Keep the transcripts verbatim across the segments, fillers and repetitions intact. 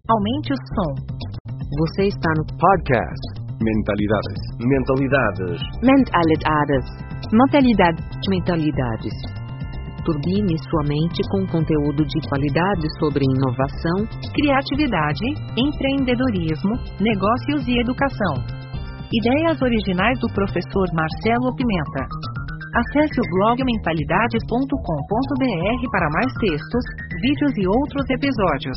Aumente o som. Você está no podcast Mentalidades. Mentalidades. Mentalidades. Mentalidade. Mentalidades. Turbine sua mente com conteúdo de qualidade sobre inovação, Criatividade, empreendedorismo, negócios e educação. Ideias originais do professor Marcelo Pimenta. Acesse o blog mentalidades ponto com ponto b r para mais textos, vídeos e outros episódios.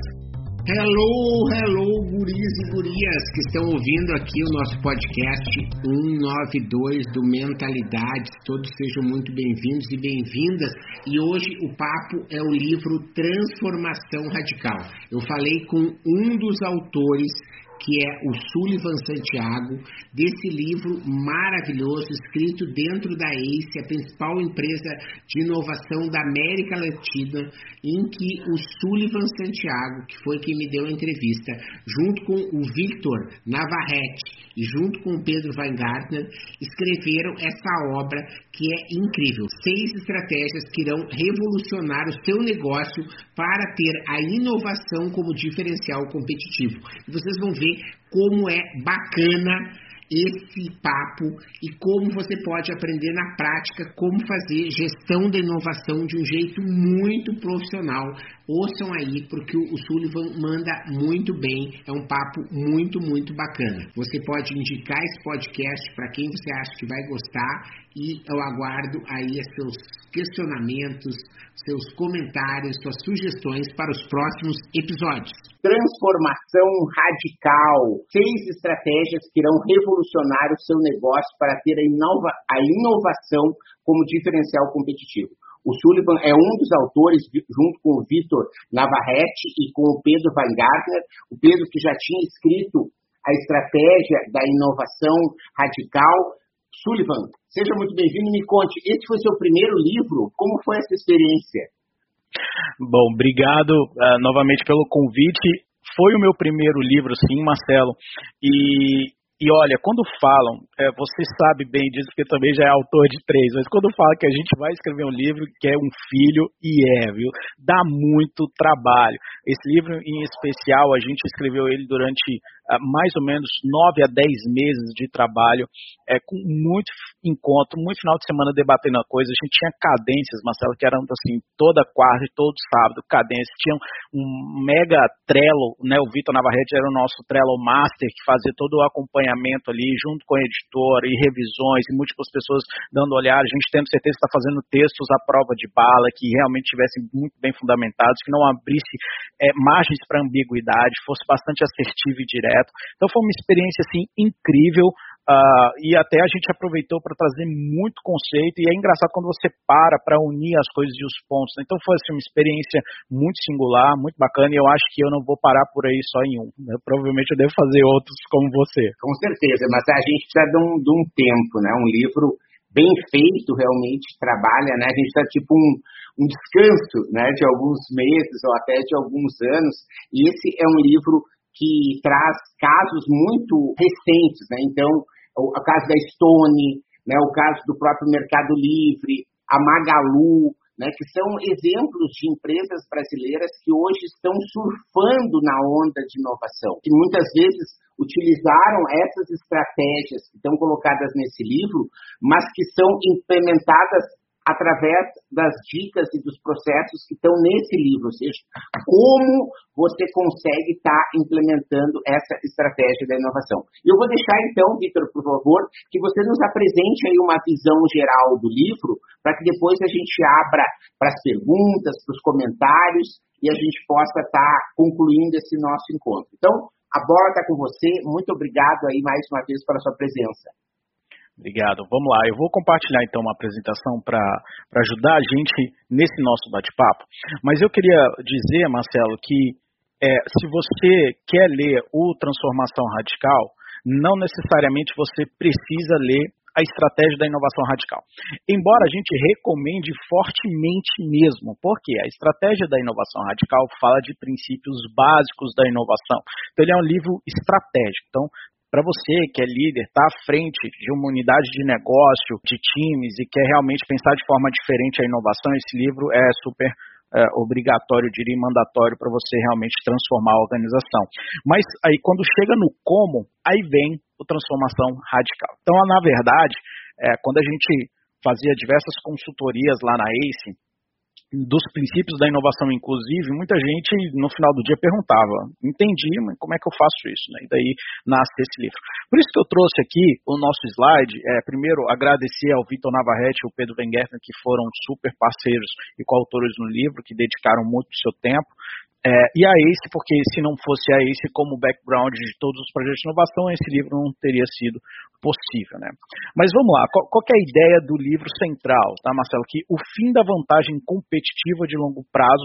Hello, hello, guris e gurias que estão ouvindo aqui o nosso podcast cento e noventa e dois do Mentalidades. Todos sejam muito bem-vindos e bem-vindas. E hoje o papo é o livro Transformação Radical. Eu falei com um dos autores, que é o Sullivan Santiago, desse livro maravilhoso, escrito dentro da ACE, a principal empresa de inovação da América Latina, em que o Sullivan Santiago, que foi quem me deu a entrevista, junto com o Victor Navarrete e junto com o Pedro Weingartner, escreveram essa obra que é incrível. Seis estratégias que irão revolucionar o seu negócio para ter a inovação como diferencial competitivo. E vocês vão ver como é bacana esse papo e como você pode aprender na prática como fazer gestão da inovação de um jeito muito profissional. Ouçam aí, porque o Sullivan manda muito bem, é um papo muito, muito bacana. Você pode indicar esse podcast para quem você acha que vai gostar e eu aguardo aí seus questionamentos, seus comentários, suas sugestões para os próximos episódios. Transformação radical. Seis estratégias que irão revolucionar o seu negócio para ter a, inova- a inovação como diferencial competitivo. O Sullivan é um dos autores, junto com o Victor Navarrete e com o Pedro Weingartner. O Pedro que já tinha escrito a estratégia da inovação radical. Sullivan, seja muito bem-vindo e me conte, esse foi seu primeiro livro? Como foi essa experiência? Bom, obrigado uh, novamente pelo convite. Foi o meu primeiro livro, sim, Marcelo. E, e olha, quando falam, é, você sabe bem disso, porque também já é autor de três, mas quando falam que a gente vai escrever um livro que é um filho, e é, viu? Dá muito trabalho. Esse livro, em especial, a gente escreveu ele durante uh, mais ou menos nove a dez meses de trabalho, é, com muito encontro, muito final de semana debatendo a coisa. A gente tinha cadências, Marcelo, que eram assim, toda quarta e todo sábado, cadências. Tinha um mega Trello, né? O Victor Navarrete era o nosso Trello Master, que fazia todo o acompanhamento ali, junto com a editora, e revisões, e múltiplas pessoas dando olhar. A gente tendo certeza que está fazendo textos à prova de bala, que realmente tivessem muito bem fundamentados, que não abrisse é, margens para ambiguidade, fosse bastante assertivo e direto. Então foi uma experiência assim incrível. Uh, e até a gente aproveitou para trazer muito conceito, e é engraçado quando você para para unir as coisas e os pontos, né? Então foi assim, uma experiência muito singular, muito bacana, e eu acho que eu não vou parar por aí só em um, né? Provavelmente eu devo fazer outros como você. Com certeza, mas a gente precisa de um, de um tempo, né? Um livro bem feito realmente trabalha, né? A gente está tipo um, um descanso, né? De alguns meses ou até de alguns anos, e esse é um livro que traz casos muito recentes, né? Então, o, o caso da Stone, né? O caso do próprio Mercado Livre, a Magalu, né? Que são exemplos de empresas brasileiras que hoje estão surfando na onda de inovação, que muitas vezes utilizaram essas estratégias que estão colocadas nesse livro, mas que são implementadas através das dicas e dos processos que estão nesse livro, ou seja, como você consegue estar tá implementando essa estratégia da inovação. Eu vou deixar então, Victor, por favor, que você nos apresente aí uma visão geral do livro, para que depois a gente abra para as perguntas, para os comentários, e a gente possa estar tá concluindo esse nosso encontro. Então, a bola está com você, muito obrigado aí mais uma vez pela sua presença. Obrigado. Vamos lá, eu vou compartilhar então uma apresentação para ajudar a gente nesse nosso bate-papo. Mas eu queria dizer, Marcelo, que é, se você quer ler o Transformação Radical, não necessariamente você precisa ler a estratégia da inovação radical. Embora a gente recomende fortemente mesmo, porque a estratégia da inovação radical fala de princípios básicos da inovação. Então ele é um livro estratégico. Então, para você que é líder, está à frente de uma unidade de negócio, de times e quer realmente pensar de forma diferente a inovação, esse livro é super é, obrigatório, eu diria mandatório, para você realmente transformar a organização. Mas aí quando chega no como, aí vem a transformação radical. Então, na verdade, é, quando a gente fazia diversas consultorias lá na ACE, dos princípios da inovação inclusive, muita gente no final do dia perguntava, entendi, mas como é que eu faço isso? Né? E daí nasce esse livro. Por isso que eu trouxe aqui o nosso slide, é, primeiro agradecer ao Vitor Navarrete e ao Pedro Weingärtner, que foram super parceiros e coautores no livro, que dedicaram muito do seu tempo. É, e a ACE, porque se não fosse a ACE como background de todos os projetos de inovação, esse livro não teria sido possível, né? Mas vamos lá, qual, qual que é a ideia do livro central, tá, Marcelo? Que o fim da vantagem competitiva de longo prazo,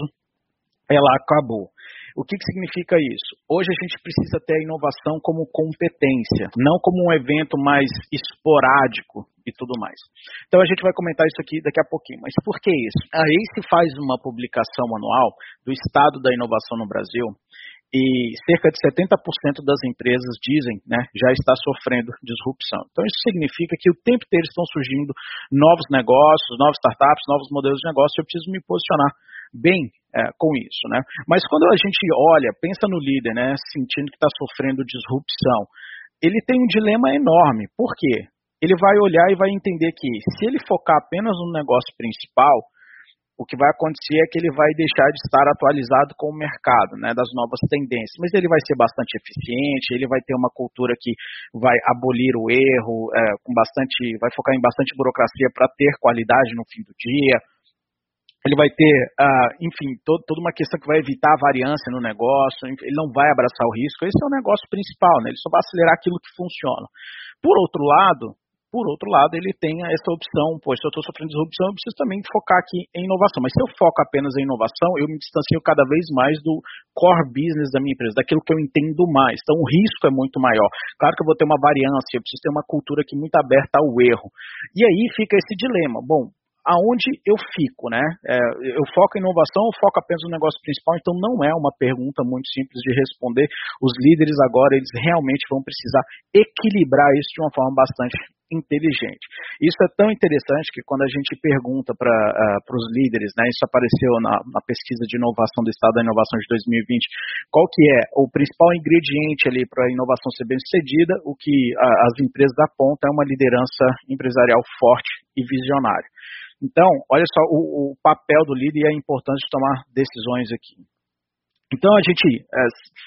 ela acabou. O que, que significa isso? Hoje a gente precisa ter a inovação como competência, não como um evento mais esporádico e tudo mais. Então a gente vai comentar isso aqui daqui a pouquinho. Mas por que isso? A ACE faz uma publicação anual do estado da inovação no Brasil e cerca de setenta por cento das empresas dizem, né, já está sofrendo disrupção. Então isso significa que o tempo inteiro estão surgindo novos negócios, novas startups, novos modelos de negócio, eu preciso me posicionar bem é, com isso, né? Mas quando a gente olha, pensa no líder, né, sentindo que está sofrendo disrupção, ele tem um dilema enorme. Por quê? Ele vai olhar e vai entender que se ele focar apenas no negócio principal, o que vai acontecer é que ele vai deixar de estar atualizado com o mercado, né, das novas tendências, mas ele vai ser bastante eficiente, ele vai ter uma cultura que vai abolir o erro, é, com bastante, vai focar em bastante burocracia para ter qualidade no fim do dia. Ele vai ter, uh, enfim, todo, toda uma questão que vai evitar a variância no negócio, ele não vai abraçar o risco, esse é o negócio principal, né? Ele só vai acelerar aquilo que funciona. Por outro lado, por outro lado, ele tem essa opção, pois se eu estou sofrendo disrupção, eu preciso também focar aqui em inovação, mas se eu foco apenas em inovação, eu me distancio cada vez mais do core business da minha empresa, daquilo que eu entendo mais, então o risco é muito maior. Claro que eu vou ter uma variância, eu preciso ter uma cultura aqui muito aberta ao erro. E aí fica esse dilema, bom, aonde eu fico, né? É, eu foco em inovação ou foco apenas no negócio principal? Então não é uma pergunta muito simples de responder. Os líderes agora, eles realmente vão precisar equilibrar isso de uma forma bastante inteligente. Isso é tão interessante que quando a gente pergunta para uh, os líderes, né, isso apareceu na, na pesquisa de inovação do Estado da Inovação de dois mil e vinte, qual que é o principal ingrediente ali para a inovação ser bem sucedida, o que uh, as empresas apontam é uma liderança empresarial forte e visionária. Então, olha só o, o papel do líder e a importância de tomar decisões aqui. Então, a gente é,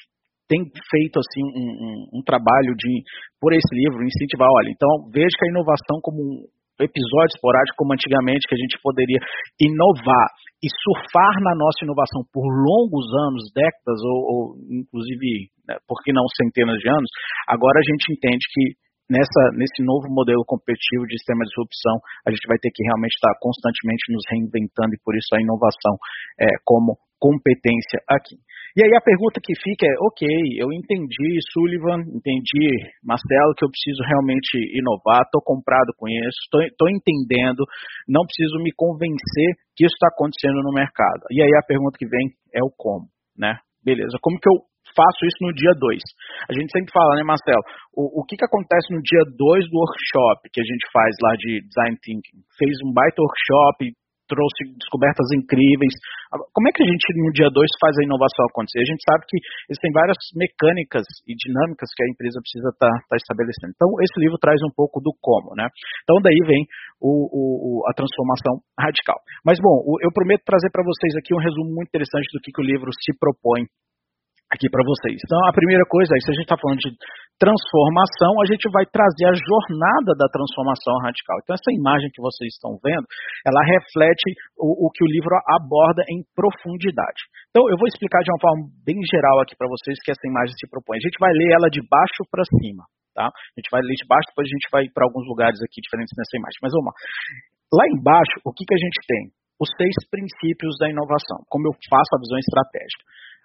tem feito assim um, um, um trabalho de, por esse livro, incentivar, olha, então veja que a inovação como um episódio esporádico, como antigamente, que a gente poderia inovar e surfar na nossa inovação por longos anos, décadas, ou, ou inclusive, né, por que não centenas de anos, agora a gente entende que Nessa, nesse novo modelo competitivo de sistema de disrupção, a gente vai ter que realmente estar constantemente nos reinventando e por isso a inovação é, como competência aqui. E aí a pergunta que fica é, ok, eu entendi, Sullivan, entendi, Marcelo, que eu preciso realmente inovar, estou comprado com isso, estou entendendo, não preciso me convencer que isso está acontecendo no mercado. E aí a pergunta que vem é o como, né? Beleza, como que eu faço isso no dia dois? A gente sempre fala, né, Marcelo, o, o que, que acontece no dia dois do workshop que a gente faz lá de Design Thinking? Fez um baita workshop, trouxe descobertas incríveis. Como é que a gente no dia dois faz a inovação acontecer? A gente sabe que existem várias mecânicas e dinâmicas que a empresa precisa estar tá, tá estabelecendo. Então, esse livro traz um pouco do como, né? Então, daí vem o, o, a transformação radical. Mas, bom, eu prometo trazer para vocês aqui um resumo muito interessante do que, que o livro se propõe aqui para vocês. Então, a primeira coisa, se a gente está falando de transformação, a gente vai trazer a jornada da transformação radical. Então, essa imagem que vocês estão vendo, ela reflete o, o que o livro aborda em profundidade. Então, eu vou explicar de uma forma bem geral aqui para vocês que essa imagem se propõe. A gente vai ler ela de baixo para cima, tá? A gente vai ler de baixo, depois a gente vai para alguns lugares aqui diferentes nessa imagem. Mas vamos lá. Lá embaixo, o que, que a gente tem? Os seis princípios da inovação, como eu faço a visão estratégica.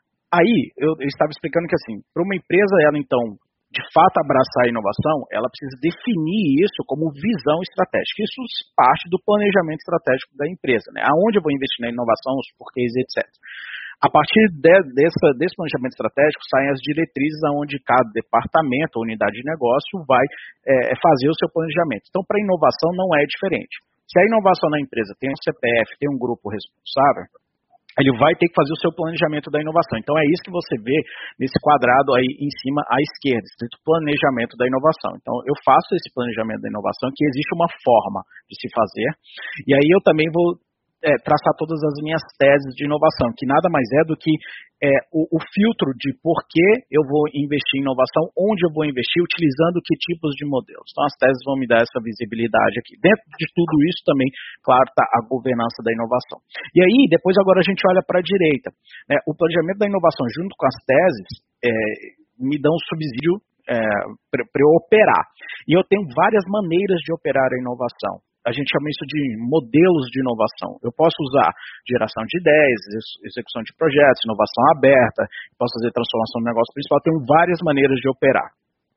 Aí, eu, eu estava explicando que, assim, para uma empresa, ela, então, de fato, abraçar a inovação, ela precisa definir isso como visão estratégica. Isso parte do planejamento estratégico da empresa, né? Aonde eu vou investir na inovação, os porquês, etcétera. A partir de, dessa, desse planejamento estratégico, saem as diretrizes aonde cada departamento ou unidade de negócio vai é, fazer o seu planejamento. Então, para a inovação, não é diferente. Se a inovação na empresa tem um C P F, tem um grupo responsável, ele vai ter que fazer o seu planejamento da inovação. Então, é isso que você vê nesse quadrado aí em cima à esquerda, escrito planejamento da inovação. Então, eu faço esse planejamento da inovação, que existe uma forma de se fazer, e aí eu também vou é, traçar todas as minhas teses de inovação, que nada mais é do que é, o, o filtro de por que eu vou investir em inovação, onde eu vou investir, utilizando que tipos de modelos. Então, as teses vão me dar essa visibilidade aqui. Dentro de tudo isso também, claro, está a governança da inovação. E aí, depois agora a gente olha para a direita. Né, o planejamento da inovação junto com as teses é, me dão um subsídio é, para eu operar. E eu tenho várias maneiras de operar a inovação. A gente chama isso de modelos de inovação. Eu posso usar geração de ideias, execução de projetos, inovação aberta, posso fazer transformação no negócio principal, tenho várias maneiras de operar.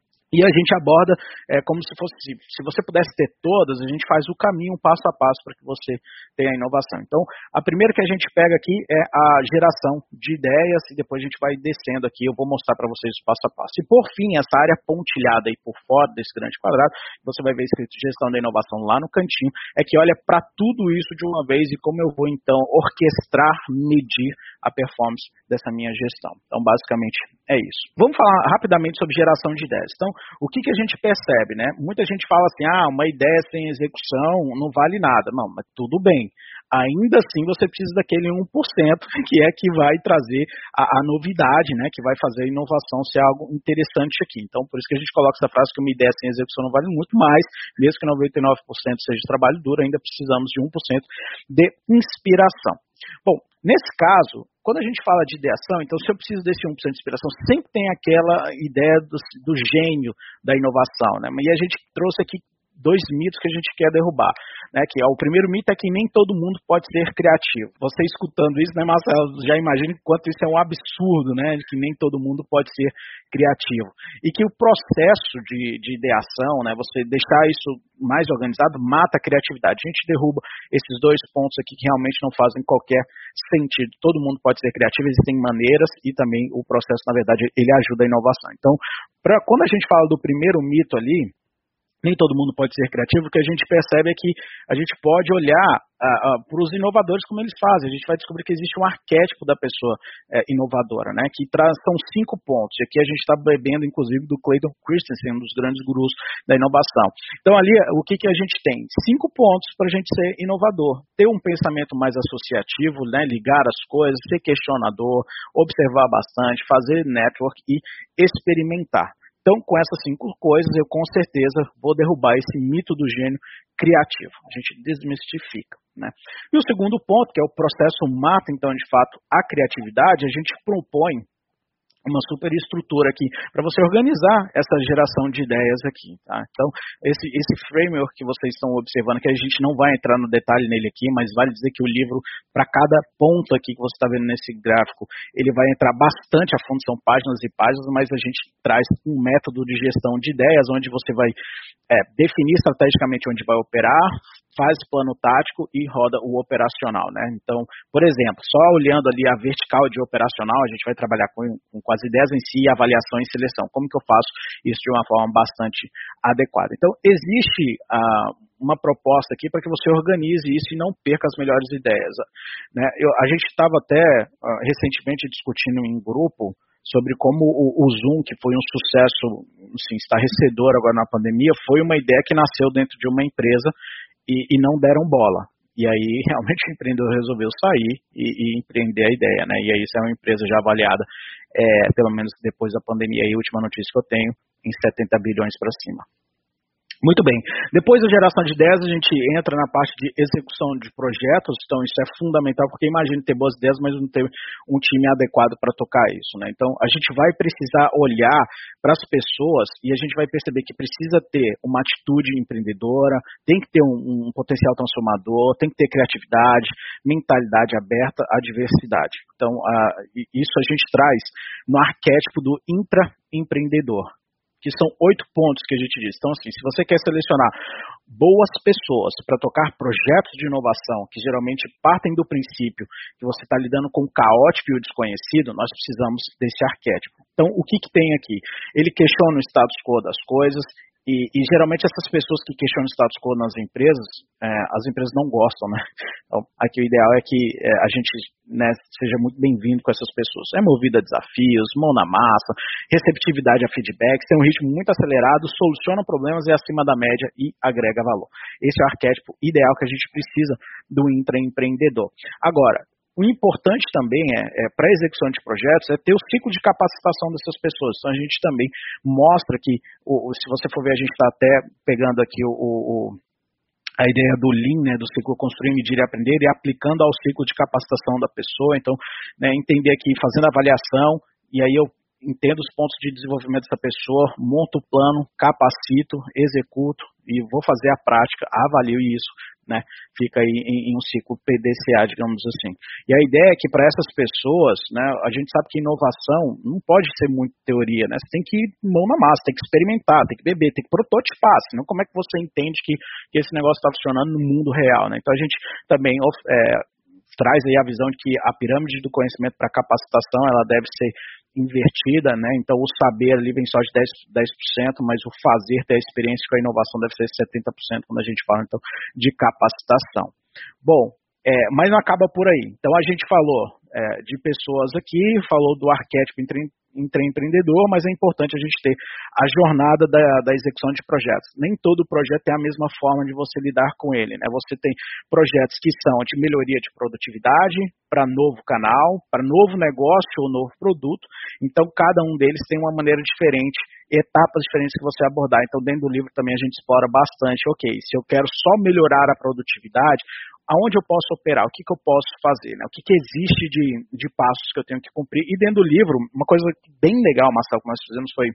E a gente aborda é, como se fosse, se você pudesse ter todas, a gente faz o caminho passo a passo para que você tenha a inovação. Então, a primeira que a gente pega aqui é a geração de ideias e depois a gente vai descendo aqui, eu vou mostrar para vocês o passo a passo. E por fim, essa área pontilhada aí por fora desse grande quadrado, você vai ver escrito gestão da inovação lá no cantinho, é que olha para tudo isso de uma vez e como eu vou então orquestrar, medir a performance dessa minha gestão. Então, basicamente, é isso. Vamos falar rapidamente sobre geração de ideias. Então, o que, que a gente percebe, né? Muita gente fala assim, ah, uma ideia sem execução não vale nada. Não, mas tudo bem. Ainda assim, você precisa daquele um por cento que é que vai trazer a, a novidade, né? Que vai fazer a inovação ser algo interessante aqui. Então, por isso que a gente coloca essa frase que uma ideia sem execução não vale muito mais, mesmo que noventa e nove por cento seja trabalho duro, ainda precisamos de um por cento de inspiração. Bom, nesse caso, quando a gente fala de ideação, então se eu preciso desse um por cento de inspiração, sempre tem aquela ideia do, do gênio da inovação, né? E a gente trouxe aqui dois mitos que a gente quer derrubar, né? Que é, o primeiro mito é que nem todo mundo pode ser criativo. Você escutando isso, né, Marcelo, já imagina o quanto isso é um absurdo, né? Que nem todo mundo pode ser criativo. E que o processo de, de ideação, né, você deixar isso mais organizado, mata a criatividade. A gente derruba esses dois pontos aqui que realmente não fazem qualquer sentido. Todo mundo pode ser criativo, existem maneiras e também o processo, na verdade, ele ajuda a inovação. Então, pra, quando a gente fala do primeiro mito ali, nem todo mundo pode ser criativo, o que a gente percebe é que a gente pode olhar uh, uh, para os inovadores como eles fazem. A gente vai descobrir que existe um arquétipo da pessoa uh, inovadora, né? Que traz, são cinco pontos. E aqui a gente está bebendo, inclusive, do Clayton Christensen, um dos grandes gurus da inovação. Então, ali, o que, que a gente tem? Cinco pontos para a gente ser inovador. Ter um pensamento mais associativo, né? Ligar as coisas, ser questionador, observar bastante, fazer network e experimentar. Então, com essas cinco coisas, eu com certeza vou derrubar esse mito do gênio criativo. A gente desmistifica, né? E o segundo ponto, que é o processo mata, então, de fato, a criatividade, a gente propõe uma super estrutura aqui para você organizar essa geração de ideias aqui, tá? Então, esse, esse framework que vocês estão observando, que a gente não vai entrar no detalhe nele aqui, mas vale dizer que o livro, para cada ponto aqui que você está vendo nesse gráfico, ele vai entrar bastante a fundo, são páginas e páginas, mas a gente traz um método de gestão de ideias, onde você vai é, definir estrategicamente onde vai operar, faz plano tático e roda o operacional, né? Então, por exemplo, só olhando ali a vertical de operacional, a gente vai trabalhar com, com, com as ideias em si, avaliação e seleção. Como que eu faço isso de uma forma bastante adequada? Então, existe uh, uma proposta aqui para que você organize isso e não perca as melhores ideias, né? Eu, a gente estava até uh, recentemente discutindo em grupo sobre como o, o Zoom, que foi um sucesso assim, estarrecedor agora na pandemia, foi uma ideia que nasceu dentro de uma empresa e, e não deram bola. E aí, realmente, o empreendedor resolveu sair e, e empreender a ideia, né? E aí, isso é uma empresa já avaliada, é, pelo menos depois da pandemia, aí, a última notícia que eu tenho, em setenta bilhões para cima. Muito bem. Depois da geração de ideias, a gente entra na parte de execução de projetos. Então, isso é fundamental, porque imagina ter boas ideias, mas não ter um time adequado para tocar isso, né? Então, a gente vai precisar olhar para as pessoas e a gente vai perceber que precisa ter uma atitude empreendedora, tem que ter um, um potencial transformador, tem que ter criatividade, mentalidade aberta à diversidade. Então, uh, isso a gente traz no arquétipo do intraempreendedor, que são oito pontos que a gente diz. Então, assim, se você quer selecionar boas pessoas para tocar projetos de inovação, que geralmente partem do princípio que você está lidando com o caótico e o desconhecido, nós precisamos desse arquétipo. Então, o que, que tem aqui? Ele questiona o status quo das coisas, E, e geralmente essas pessoas que questionam o status quo nas empresas, é, as empresas não gostam, né? Então, aqui o ideal é que é, a gente, né, seja muito bem-vindo com essas pessoas. É movido a desafios, mão na massa, receptividade a feedbacks, tem um ritmo muito acelerado, soluciona problemas, é acima da média e agrega valor. Esse é o arquétipo ideal que a gente precisa do intraempreendedor. Agora, o importante também é, é para a execução de projetos, é ter o ciclo de capacitação dessas pessoas. Então, a gente também mostra que, o, se você for ver, a gente está até pegando aqui o, o, a ideia do Lean, né, do ciclo construir, medir e aprender, e aplicando ao ciclo de capacitação da pessoa. Então, né, entender aqui, fazendo avaliação, e aí eu entendo os pontos de desenvolvimento dessa pessoa, monto o plano, capacito, executo, e vou fazer a prática, avalio isso, né? Fica aí em, em um ciclo P D C A, digamos assim. E a ideia é que para essas pessoas, né, a gente sabe que inovação não pode ser muito teoria, né? Você tem que ir mão na massa, tem que experimentar, tem que beber, tem que prototipar, senão como é que você entende que, que esse negócio está funcionando no mundo real, né? Então a gente também é, traz aí a visão de que a pirâmide do conhecimento para capacitação, ela deve ser invertida, né? Então o saber ali vem só de dez por cento, mas o fazer, ter a experiência com a inovação deve ser setenta por cento quando a gente fala, então, de capacitação. Bom, é, mas não acaba por aí. Então a gente falou é, de pessoas aqui, falou do arquétipo intraempreendedor, mas é importante a gente ter a jornada da, da execução de projetos. Nem todo projeto tem a mesma forma de você lidar com ele, né? Você tem projetos que são de melhoria de produtividade, para novo canal, para novo negócio ou novo produto. Então, cada um deles tem uma maneira diferente, etapas diferentes que você abordar. Então, dentro do livro também a gente explora bastante, ok, se eu quero só melhorar a produtividade, aonde eu posso operar, o que, que eu posso fazer, né? O que, que existe de, de passos que eu tenho que cumprir. E dentro do livro, uma coisa bem legal, Marcelo, que nós fizemos foi,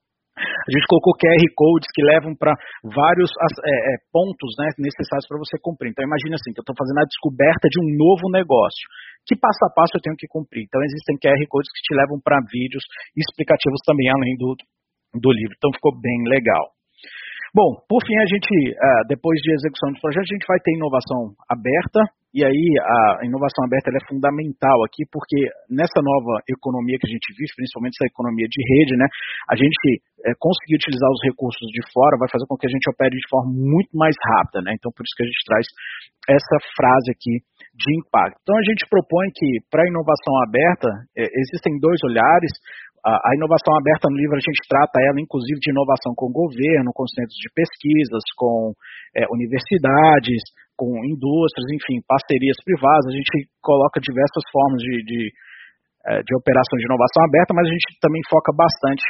a gente colocou Q R Codes que levam para vários é, é, pontos, né, necessários para você cumprir. Então, imagine assim, que eu estou fazendo a descoberta de um novo negócio. Que passo a passo eu tenho que cumprir? Então, existem Q R Codes que te levam para vídeos explicativos também, além do, do livro. Então, ficou bem legal. Bom, por fim, a gente, depois de execução dos projetos, a gente vai ter inovação aberta, e aí a inovação aberta ela é fundamental aqui, porque nessa nova economia que a gente vive, principalmente essa economia de rede, né, a gente é, conseguir utilizar os recursos de fora vai fazer com que a gente opere de forma muito mais rápida, né, então por isso que a gente traz essa frase aqui de impacto. Então a gente propõe que para a inovação aberta é, existem dois olhares. A inovação aberta no livro, a gente trata ela, inclusive, de inovação com o governo, com centros de pesquisas, com é, universidades, com indústrias, enfim, parcerias privadas. A gente coloca diversas formas de, de, de operação de inovação aberta, mas a gente também foca bastante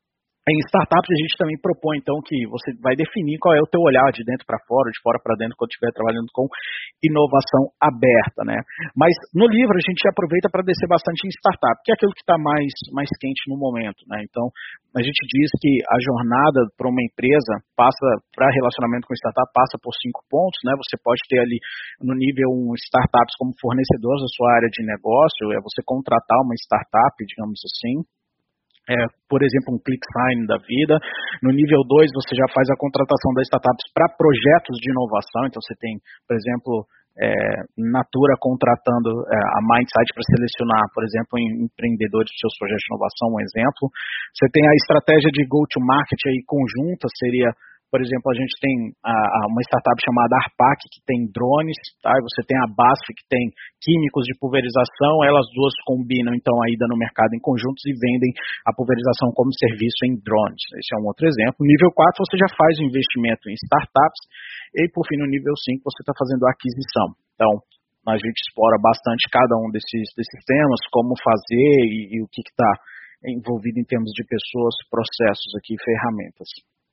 em startups. A gente também propõe, então, que você vai definir qual é o teu olhar de dentro para fora, de fora para dentro, quando estiver trabalhando com inovação aberta, né? Mas no livro a gente aproveita para descer bastante em startup, que é aquilo que está mais, mais quente no momento, né? Então, a gente diz que a jornada para uma empresa passa, para relacionamento com startup, passa por cinco pontos, né? Você pode ter ali no nível um startups como fornecedores da sua área de negócio, é você contratar uma startup, digamos assim. É, por exemplo, um ClickSign da vida. No nível dois, você já faz a contratação das startups para projetos de inovação. Então, você tem, por exemplo, é, Natura contratando é, a Mindsight para selecionar, por exemplo, empreendedores dos seus projetos de inovação, um exemplo. Você tem a estratégia de go-to-market aí conjunta, seria, por exemplo, a gente tem a, a uma startup chamada Arpac, que tem drones, tá? E você tem a B A S F, que tem químicos de pulverização, elas duas combinam, então, a ida no mercado em conjuntos e vendem a pulverização como serviço em drones. Esse é um outro exemplo. No nível quatro, você já faz o investimento em startups, e, por fim, no nível cinco, você está fazendo a aquisição. Então, a gente explora bastante cada um desses, desses temas, como fazer e, e o que está envolvido em termos de pessoas, processos aqui, ferramentas.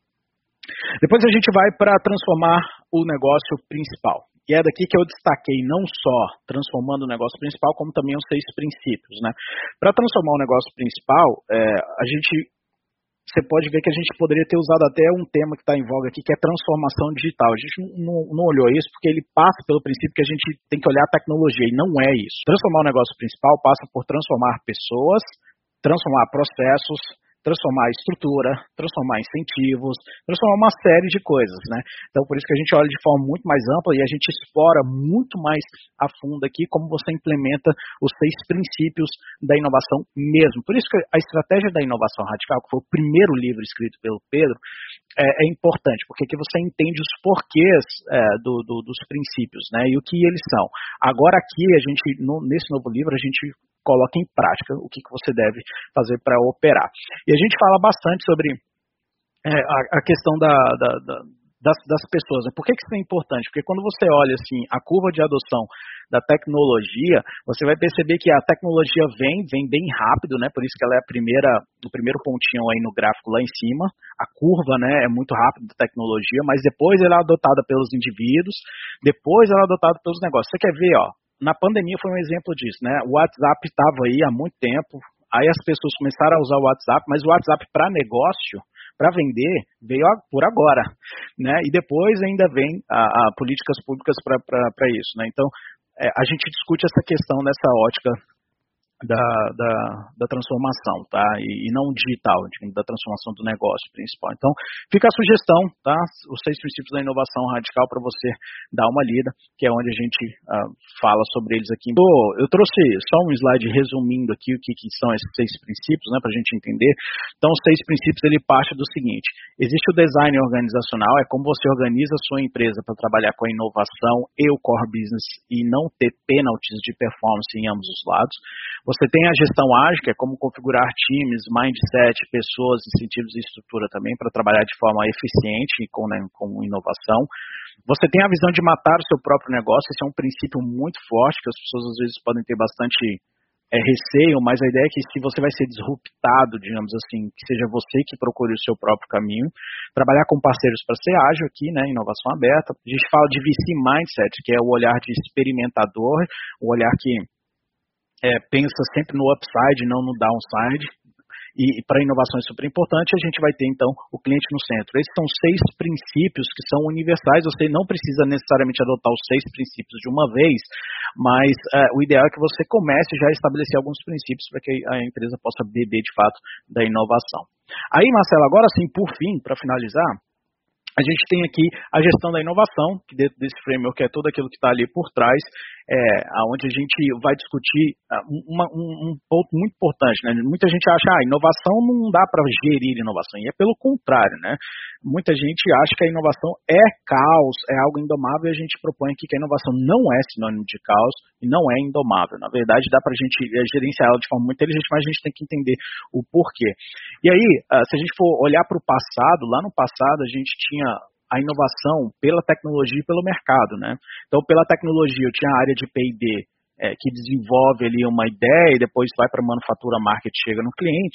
Depois a gente vai para transformar o negócio principal. E é daqui que eu destaquei não só transformando o negócio principal, como também os seis princípios, né? Para transformar o negócio principal, é, a gente, você pode ver que a gente poderia ter usado até um tema que está em voga aqui, que é transformação digital. A gente não, não olhou isso porque ele passa pelo princípio que a gente tem que olhar a tecnologia, e não é isso. Transformar o negócio principal passa por transformar pessoas, transformar processos, transformar a estrutura, transformar incentivos, transformar uma série de coisas, né? Então, por isso que a gente olha de forma muito mais ampla e a gente explora muito mais a fundo aqui como você implementa os seis princípios da inovação mesmo. Por isso que a estratégia da inovação radical, que foi o primeiro livro escrito pelo Pedro, é, é importante, porque aqui você entende os porquês é, do, do, dos princípios, né? E o que eles são. Agora aqui, a gente, no, nesse novo livro, a gente coloca em prática o que, que você deve fazer para operar. E a gente fala bastante sobre é, a, a questão da, da, da, das, das pessoas. Né? Por que, que isso é importante? Porque quando você olha assim, a curva de adoção da tecnologia, você vai perceber que a tecnologia vem, vem bem rápido, né? Por isso que ela é a primeira, o primeiro pontinho aí no gráfico lá em cima. A curva, né, é muito rápida da tecnologia, mas depois ela é adotada pelos indivíduos, depois ela é adotada pelos negócios. Você quer ver, ó? Na pandemia foi um exemplo disso, né? O WhatsApp estava aí há muito tempo, aí as pessoas começaram a usar o WhatsApp, mas o WhatsApp para negócio, para vender, veio por agora, né? E depois ainda vem a, a políticas públicas para isso, né? Então, é, a gente discute essa questão nessa ótica da, da, da transformação, tá? E, e não digital, digamos, da transformação do negócio principal. Então, fica a sugestão, tá? Os seis princípios da inovação radical para você dar uma lida, que é onde a gente uh, fala sobre eles aqui. Eu, eu trouxe só um slide resumindo aqui o que, que são esses seis princípios, né, para a gente entender. Então, os seis princípios, ele parte do seguinte: existe o design organizacional, é como você organiza a sua empresa para trabalhar com a inovação e o core business e não ter penalties de performance em ambos os lados. Você tem a gestão ágil, que é como configurar times, mindset, pessoas, incentivos e estrutura também para trabalhar de forma eficiente e com, né, com inovação. Você tem a visão de matar o seu próprio negócio. Esse é um princípio muito forte, que as pessoas às vezes podem ter bastante é, receio, mas a ideia é que se você vai ser disruptado, digamos assim, que seja você que procure o seu próprio caminho. Trabalhar com parceiros para ser ágil aqui, né, inovação aberta. A gente fala de V C Mindset, que é o olhar de experimentador, o olhar que É, pensa sempre no upside, não no downside, e, e para a inovação é super importante. A gente vai ter então o cliente no centro. Esses são seis princípios que são universais. Você não precisa necessariamente adotar os seis princípios de uma vez, mas é, o ideal é que você comece já a estabelecer alguns princípios para que a empresa possa beber de fato da inovação. Aí, Marcelo, agora sim, por fim, para finalizar, a gente tem aqui a gestão da inovação, que dentro desse framework é tudo aquilo que está ali por trás, é, onde a gente vai discutir uma, um, um ponto muito importante, né? Muita gente acha, ah, inovação não dá para gerir inovação, e é pelo contrário, né? Muita gente acha que a inovação é caos, é algo indomável, e a gente propõe aqui que a inovação não é sinônimo de caos e não é indomável. Na verdade, dá para a gente gerenciar ela de forma muito inteligente, mas a gente tem que entender o porquê. E aí, se a gente for olhar para o passado, lá no passado a gente tinha a inovação pela tecnologia e pelo mercado, né? Então, pela tecnologia, eu tinha a área de P e D, é, que desenvolve ali uma ideia e depois vai para a manufatura, marketing, chega no cliente.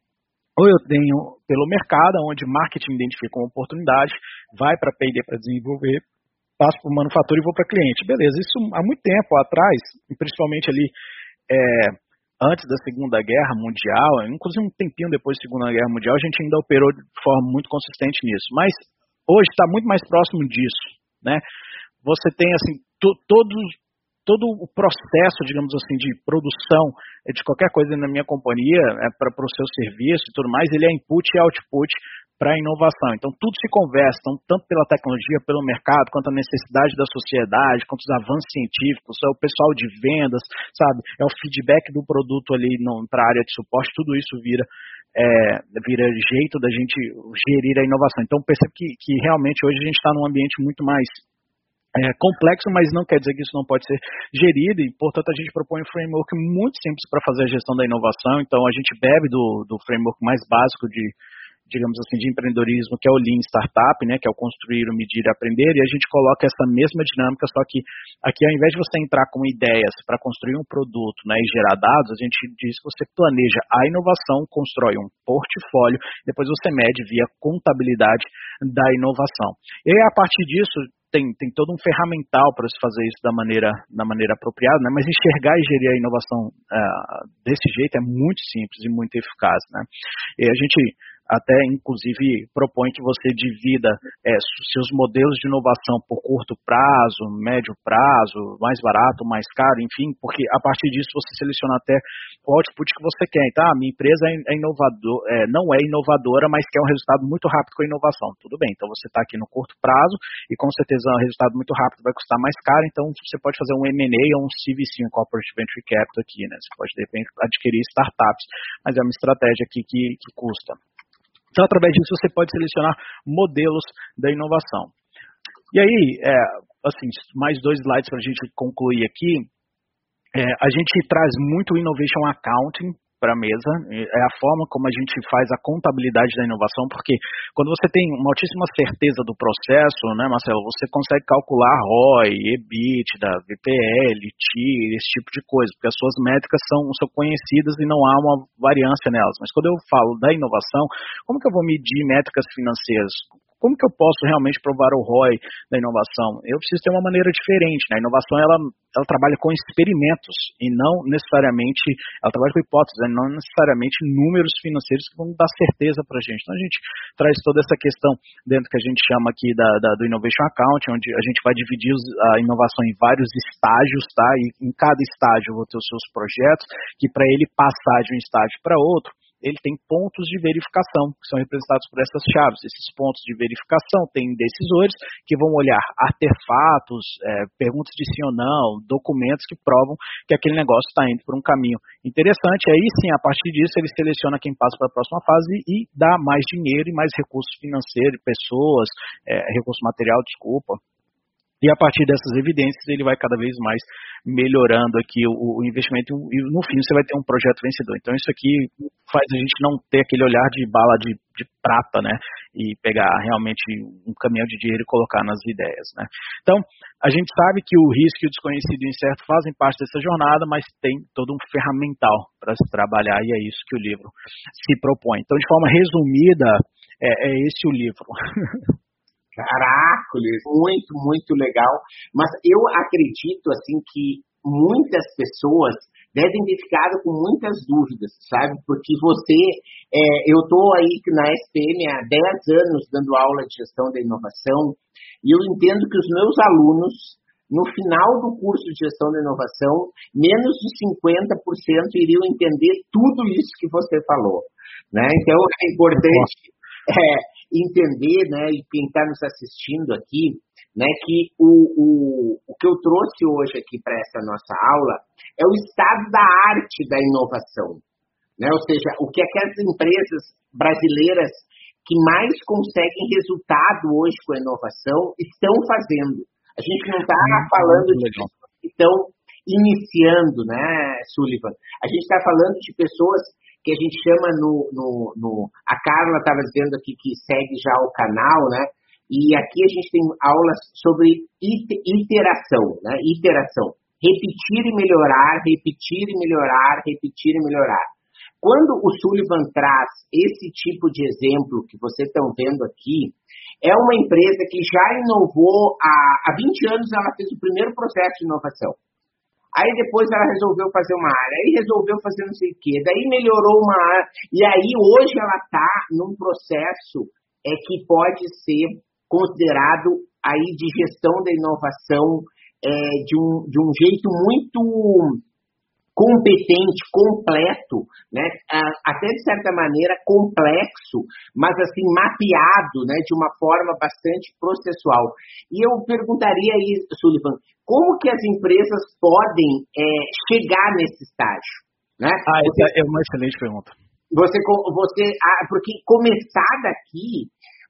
Ou eu tenho pelo mercado, onde marketing identifica uma oportunidade, vai para P e D para desenvolver, passo para manufatura e vou para cliente. Beleza, isso há muito tempo atrás, principalmente ali é, antes da Segunda Guerra Mundial, inclusive um tempinho depois da Segunda Guerra Mundial, a gente ainda operou de forma muito consistente nisso. Mas hoje está muito mais próximo disso, né? Você tem, assim, to, todo, todo o processo, digamos assim, de produção de qualquer coisa na minha companhia, é, para o seu serviço e tudo mais, ele é input e output para a inovação. Então, tudo se conversa, então, tanto pela tecnologia, pelo mercado, quanto a necessidade da sociedade, quanto os avanços científicos, é o pessoal de vendas, sabe? É o feedback do produto ali para a área de suporte, tudo isso vira É, vira jeito da gente gerir a inovação. Então, percebe que, que realmente hoje a gente está num ambiente muito mais é, complexo, mas não quer dizer que isso não pode ser gerido e, portanto, a gente propõe um framework muito simples para fazer a gestão da inovação. Então, a gente bebe do, do framework mais básico de, digamos assim, de empreendedorismo, que é o Lean Startup, né, que é o construir, o medir e aprender, e a gente coloca essa mesma dinâmica, só que aqui, ao invés de você entrar com ideias para construir um produto, né, e gerar dados, a gente diz que você planeja a inovação, constrói um portfólio, depois você mede via contabilidade da inovação. E aí, a partir disso, Tem, tem todo um ferramental para se fazer isso da maneira, da maneira apropriada, né? Mas enxergar e gerir a inovação uh, desse jeito é muito simples e muito eficaz, né? E a gente até inclusive propõe que você divida é, seus modelos de inovação por curto prazo, médio prazo, mais barato, mais caro, enfim, porque a partir disso você seleciona até o output que você quer. Então, a minha empresa é inovador, é, não é inovadora, mas quer um resultado muito rápido com a inovação. Tudo bem, então você está aqui no curto prazo e com certeza um resultado muito rápido vai custar mais caro, então você pode fazer um M and A ou um C V C, um Corporate Venture Capital aqui, né? Você pode, de repente, adquirir startups, mas é uma estratégia aqui que, que custa. Então, através disso, você pode selecionar modelos da inovação. E aí, é, assim, mais dois slides para a gente concluir aqui. É, a gente traz muito o Innovation Accounting para a mesa, é a forma como a gente faz a contabilidade da inovação, porque quando você tem uma altíssima certeza do processo, né, Marcelo, você consegue calcular R O I, EBITDA, V P L, T I R, esse tipo de coisa, porque as suas métricas são, são conhecidas e não há uma variância nelas. Mas quando eu falo da inovação, como que eu vou medir métricas financeiras? Como que eu posso realmente provar o R O I da inovação? Eu preciso ter uma maneira diferente, né? A inovação, ela, ela trabalha com experimentos e não necessariamente, ela trabalha com hipóteses, né? Não necessariamente números financeiros que vão dar certeza para a gente. Então, a gente traz toda essa questão dentro que a gente chama aqui da, da, do Innovation Account, onde a gente vai dividir a inovação em vários estágios, tá? E em cada estágio eu vou ter os seus projetos, que para ele passar de um estágio para outro, ele tem pontos de verificação, que são representados por essas chaves. Esses pontos de verificação têm decisores que vão olhar artefatos, é, perguntas de sim ou não, documentos que provam que aquele negócio está indo por um caminho interessante. Aí sim, a partir disso, ele seleciona quem passa para a próxima fase e dá mais dinheiro e mais recursos financeiros, pessoas, é, recurso material, desculpa. E a partir dessas evidências, ele vai cada vez mais melhorando aqui o, o investimento e no fim você vai ter um projeto vencedor. Então isso aqui faz a gente não ter aquele olhar de bala de, de prata, né? E pegar realmente um caminhão de dinheiro e colocar nas ideias, né? Então, a gente sabe que o risco e o desconhecido e o incerto fazem parte dessa jornada, mas tem todo um ferramental para se trabalhar e é isso que o livro se propõe. Então, de forma resumida, é, é esse o livro. Caracoles, muito, muito legal. Mas eu acredito, assim, que muitas pessoas devem ter ficado com muitas dúvidas, sabe? Porque você, é, eu estou aí na S P M há dez anos dando aula de gestão da inovação e eu entendo que os meus alunos, no final do curso de gestão da inovação, menos de cinquenta por cento iriam entender tudo isso que você falou, né? Então, é importante... É, entender, né, e quem está nos assistindo aqui, né, que o, o, o que eu trouxe hoje aqui para essa nossa aula é o estado da arte da inovação, né, ou seja, o que aquelas empresas brasileiras que mais conseguem resultado hoje com a inovação estão fazendo. A gente não está falando de pessoas que estão iniciando, né, Sullivan? A gente está falando de pessoas que a gente chama no... no, no a Carla estava dizendo aqui que segue já o canal, né? E aqui a gente tem aulas sobre iteração, né? Iteração. Repetir e melhorar, repetir e melhorar, repetir e melhorar. Quando o Sullivan traz esse tipo de exemplo que vocês estão vendo aqui, é uma empresa que já inovou há, há vinte anos, ela fez o primeiro processo de inovação. Aí depois ela resolveu fazer uma área, aí resolveu fazer não sei o quê, daí melhorou uma área, e aí hoje ela está num processo é, que pode ser considerado aí de gestão da inovação é, de, um, de um jeito muito competente, completo, né? Até de certa maneira complexo, mas assim mapeado, né? De uma forma bastante processual. E eu perguntaria aí, Sullivan, como que as empresas podem é, chegar nesse estágio? Né? Ah, essa é uma excelente pergunta. Você, você, porque começar daqui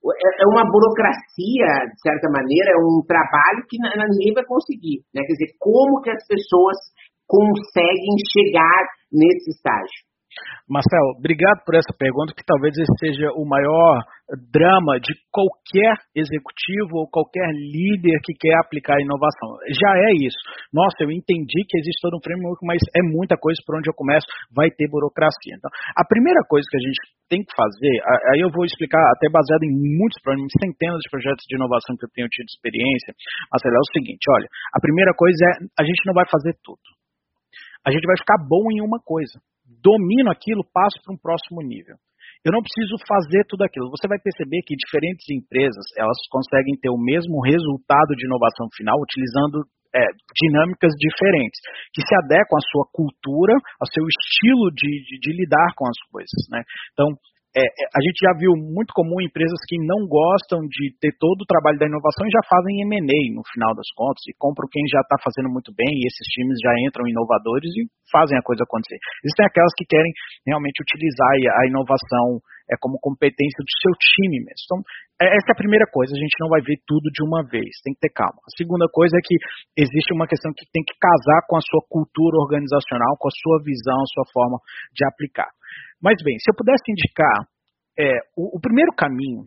é uma burocracia, de certa maneira, é um trabalho que ninguém vai conseguir. Né? Quer dizer, como que as pessoas conseguem chegar nesse estágio? Marcelo, obrigado por essa pergunta, que talvez esse seja o maior drama de qualquer executivo ou qualquer líder que quer aplicar inovação. Já é isso. Nossa, eu entendi que existe todo um framework, mas é muita coisa por onde eu começo, vai ter burocracia. Então, a primeira coisa que a gente tem que fazer, aí eu vou explicar até baseado em muitos projetos, centenas de projetos de inovação que eu tenho tido experiência, Marcelo, é o seguinte, olha, a primeira coisa é, a gente não vai fazer tudo. A gente vai ficar bom em uma coisa. Domino aquilo, passo para um próximo nível. eu não preciso fazer tudo aquilo. Você vai perceber que diferentes empresas, elas conseguem ter o mesmo resultado de inovação final utilizando é, dinâmicas diferentes, que se adequam à sua cultura, ao seu estilo de, de, de lidar com as coisas, né? Então, É, a gente já viu muito comum empresas que não gostam de ter todo o trabalho da inovação e já fazem M and A no final das contas e compram quem já está fazendo muito bem e esses times já entram inovadores e fazem a coisa acontecer. Existem aquelas que querem realmente utilizar a inovação é, como competência do seu time mesmo. Então, essa é a primeira coisa, a gente não vai ver tudo de uma vez, tem que ter calma. A segunda coisa é que existe uma questão que tem que casar com a sua cultura organizacional, com a sua visão, a sua forma de aplicar. Mas bem, se eu pudesse indicar, é, o, o primeiro caminho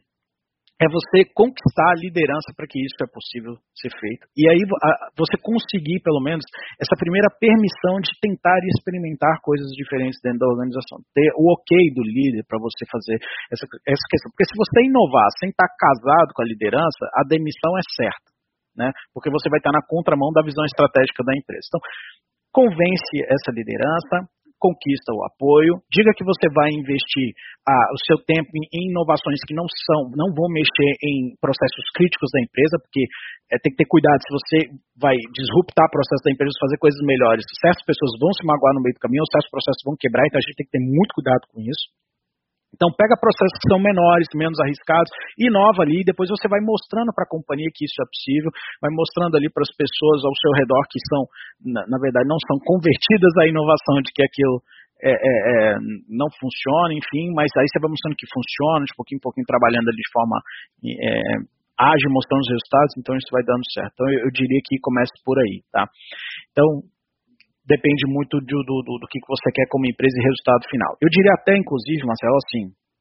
é você conquistar a liderança para que isso é possível ser feito. E aí a, você conseguir, pelo menos, essa primeira permissão de tentar experimentar coisas diferentes dentro da organização. Ter o ok do líder para você fazer essa, essa questão. Porque se você inovar sem estar casado com a liderança, a demissão é certa, né? Porque você vai estar na contramão da visão estratégica da empresa. Então, convence essa liderança, conquista o apoio, diga que você vai investir ah, o seu tempo em, em inovações que não são, não vão mexer em processos críticos da empresa, porque é, tem que ter cuidado se você vai disruptar o processo da empresa, fazer coisas melhores, certas pessoas vão se magoar no meio do caminho, ou certos processos vão quebrar, então a gente tem que ter muito cuidado com isso. Então pega processos que são menores, menos arriscados, inova ali, e depois você vai mostrando para a companhia que isso é possível, vai mostrando ali para as pessoas ao seu redor que são, na, na verdade, não são convertidas à inovação, de que aquilo é, é, é, não funciona, enfim, mas aí você vai mostrando que funciona, de pouquinho em pouquinho trabalhando ali de forma é, ágil, mostrando os resultados, então isso vai dando certo. Então eu, eu diria que comece por aí, tá? Então, depende muito do, do, do, do que você quer como empresa e resultado final. Eu diria até, inclusive, Marcelo, assim,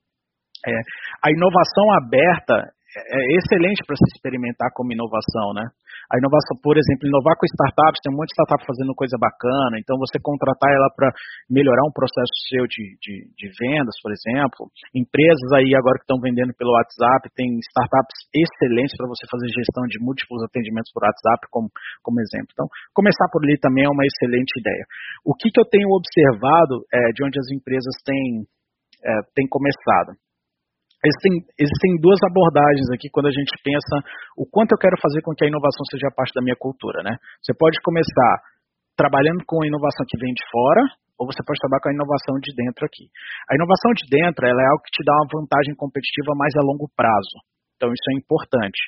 é, a inovação aberta é excelente para se experimentar como inovação, né? A inovação, por exemplo, inovar com startups, tem um monte de startup fazendo coisa bacana, então você contratar ela para melhorar um processo seu de, de, de vendas, por exemplo. Empresas aí agora que estão vendendo pelo WhatsApp, tem startups excelentes para você fazer gestão de múltiplos atendimentos por WhatsApp, como, como exemplo. Então, começar por ali também é uma excelente ideia. O que, que eu tenho observado é, de onde as empresas têm, é, têm começado? Existem, existem duas abordagens aqui quando a gente pensa o quanto eu quero fazer com que a inovação seja parte da minha cultura, né? Você pode começar trabalhando com a inovação que vem de fora, ou você pode trabalhar com a inovação de dentro aqui. A inovação de dentro, ela é algo que te dá uma vantagem competitiva mais a longo prazo. Então isso é importante.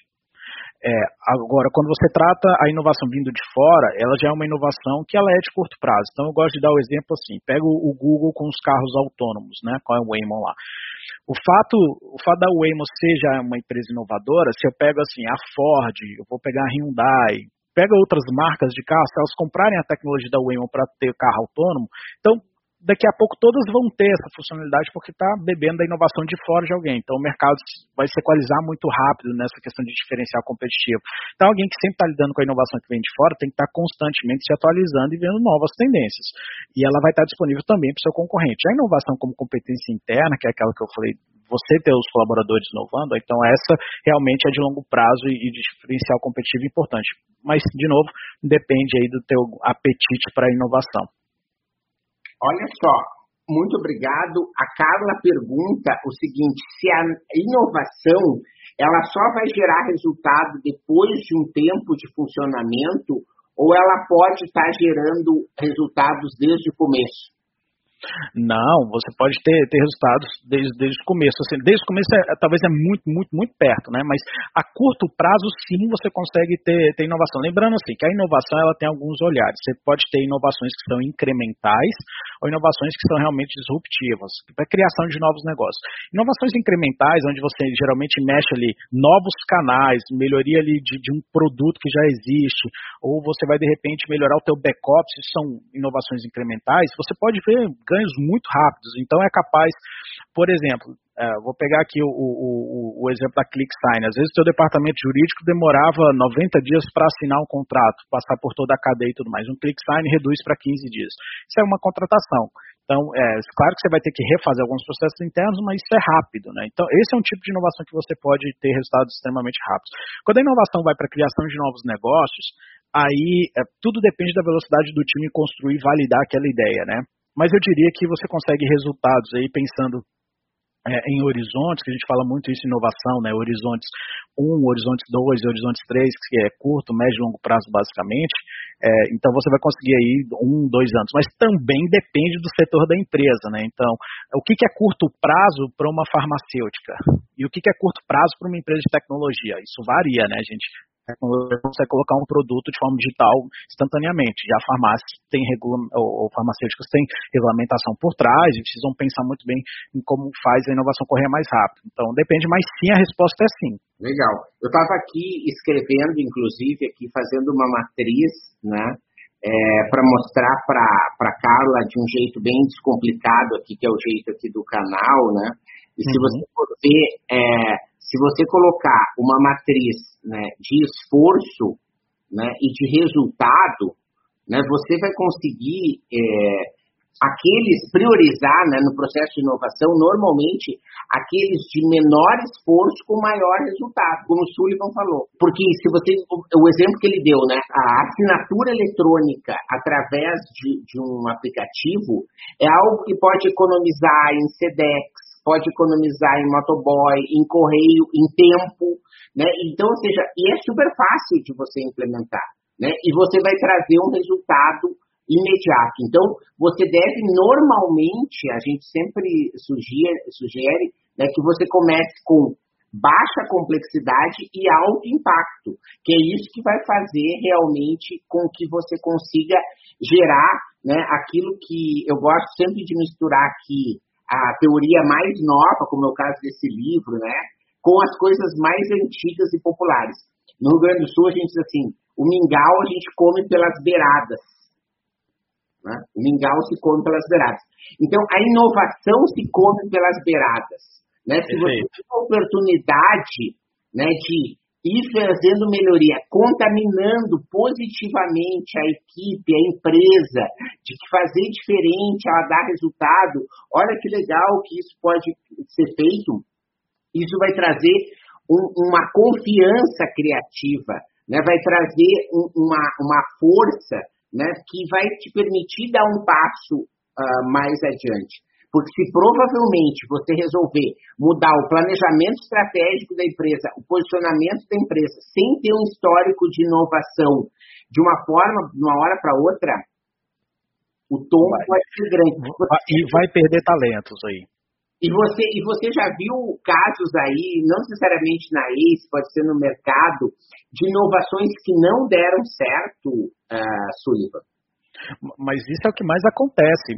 É, agora, quando você trata a inovação vindo de fora, ela já é uma inovação que ela é de curto prazo. Então eu gosto de dar o exemplo assim, pega o, o Google com os carros autônomos, né? Qual é o Waymo lá? O fato, o fato da Waymo ser já uma empresa inovadora, se eu pego assim, a Ford, eu vou pegar a Hyundai, pega outras marcas de carro, se elas comprarem a tecnologia da Waymo para ter carro autônomo, então daqui a pouco todas vão ter essa funcionalidade porque está bebendo da inovação de fora de alguém. Então o mercado vai se equalizar muito rápido nessa questão de diferencial competitivo. Então alguém que sempre está lidando com a inovação que vem de fora tem que estar tá constantemente se atualizando e vendo novas tendências. E ela vai estar tá disponível também para o seu concorrente. A inovação como competência interna, que é aquela que eu falei, você ter os colaboradores inovando, então essa realmente é de longo prazo e de diferencial competitivo importante. Mas, de novo, depende aí do teu apetite para a inovação. Olha só, muito obrigado. A Carla pergunta o seguinte, se a inovação ela só vai gerar resultado depois de um tempo de funcionamento ou ela pode estar gerando resultados desde o começo? Não, você pode ter, ter resultados desde, desde o começo. Assim, desde o começo é, talvez é muito, muito, muito perto, né? Mas a curto prazo sim você consegue ter, ter inovação. Lembrando assim que a inovação ela tem alguns olhares. Você pode ter inovações que são incrementais ou inovações que são realmente disruptivas, para a criação de novos negócios. Inovações incrementais, onde você geralmente mexe ali novos canais, melhoria ali de, de um produto que já existe, ou você vai de repente melhorar o teu back-office, isso são inovações incrementais, você pode ver ganhos muito rápidos. Então é capaz, por exemplo, uh, vou pegar aqui o, o, o exemplo da ClickSign. Às vezes o seu departamento jurídico demorava noventa dias para assinar um contrato, passar por toda a cadeia e tudo mais. Um ClickSign reduz para quinze dias. Isso é uma contratação. Então, é claro que você vai ter que refazer alguns processos internos, mas isso é rápido, né? Então, esse é um tipo de inovação que você pode ter resultados extremamente rápidos. Quando a inovação vai para a criação de novos negócios, aí é, tudo depende da velocidade do time construir e validar aquela ideia, né? Mas eu diria que você consegue resultados aí pensando é, em horizontes, que a gente fala muito isso em inovação, né? Horizontes um, horizontes dois, horizontes três, que é curto, médio e longo prazo, basicamente. É, então você vai conseguir aí um, dois anos, mas também depende do setor da empresa, né? Então, o que, que é curto prazo para uma farmacêutica? E o que, que é curto prazo para uma empresa de tecnologia? Isso varia, né, gente? Você consegue colocar um produto de forma digital instantaneamente. Já farmácias têm regula- ou, ou farmacêuticas têm regulamentação por trás e precisam pensar muito bem em como faz a inovação correr mais rápido. Então, depende, mas sim, a resposta é sim. Legal. Eu estava aqui escrevendo, inclusive, aqui fazendo uma matriz, né, é, para mostrar para a Carla de um jeito bem descomplicado aqui, que é o jeito aqui do canal, né? E se uhum. você for ver, é, se você colocar uma matriz, né, de esforço, né, e de resultado, né, você vai conseguir é, aqueles priorizar, né, no processo de inovação, normalmente aqueles de menor esforço com maior resultado, como o Sullivan falou. Porque se você, o exemplo que ele deu, né, a assinatura eletrônica através de, de um aplicativo é algo que pode economizar em SEDEX, pode economizar em motoboy, em correio, em tempo, né? Então, ou seja, e é super fácil de você implementar, né? E você vai trazer um resultado imediato. Então, você deve normalmente, a gente sempre sugere, sugere, né, que você comece com baixa complexidade e alto impacto, que é isso que vai fazer realmente com que você consiga gerar, né, aquilo que eu gosto sempre de misturar aqui, a teoria mais nova, como é o caso desse livro, né, com as coisas mais antigas e populares. No Rio Grande do Sul, a gente diz assim, o mingau a gente come pelas beiradas. Né? O mingau se come pelas beiradas. Então, a inovação se come pelas beiradas. Né? Se você tem a oportunidade, né, de ir fazendo melhoria, contaminando positivamente a equipe, a empresa, de que fazer diferente, ela dar resultado, olha que legal que isso pode ser feito, isso vai trazer um, uma confiança criativa, né? Vai trazer um, uma, uma força, né, que vai te permitir dar um passo uh, mais adiante. Porque se provavelmente você resolver mudar o planejamento estratégico da empresa, o posicionamento da empresa, sem ter um histórico de inovação, de uma forma, de uma hora para outra, o tom vai, pode ser grande. E vai perder talentos aí. E você, e você já viu casos aí, não necessariamente na ACE, pode ser no mercado, de inovações que não deram certo, uh, Sullivan? Mas isso é o que mais acontece.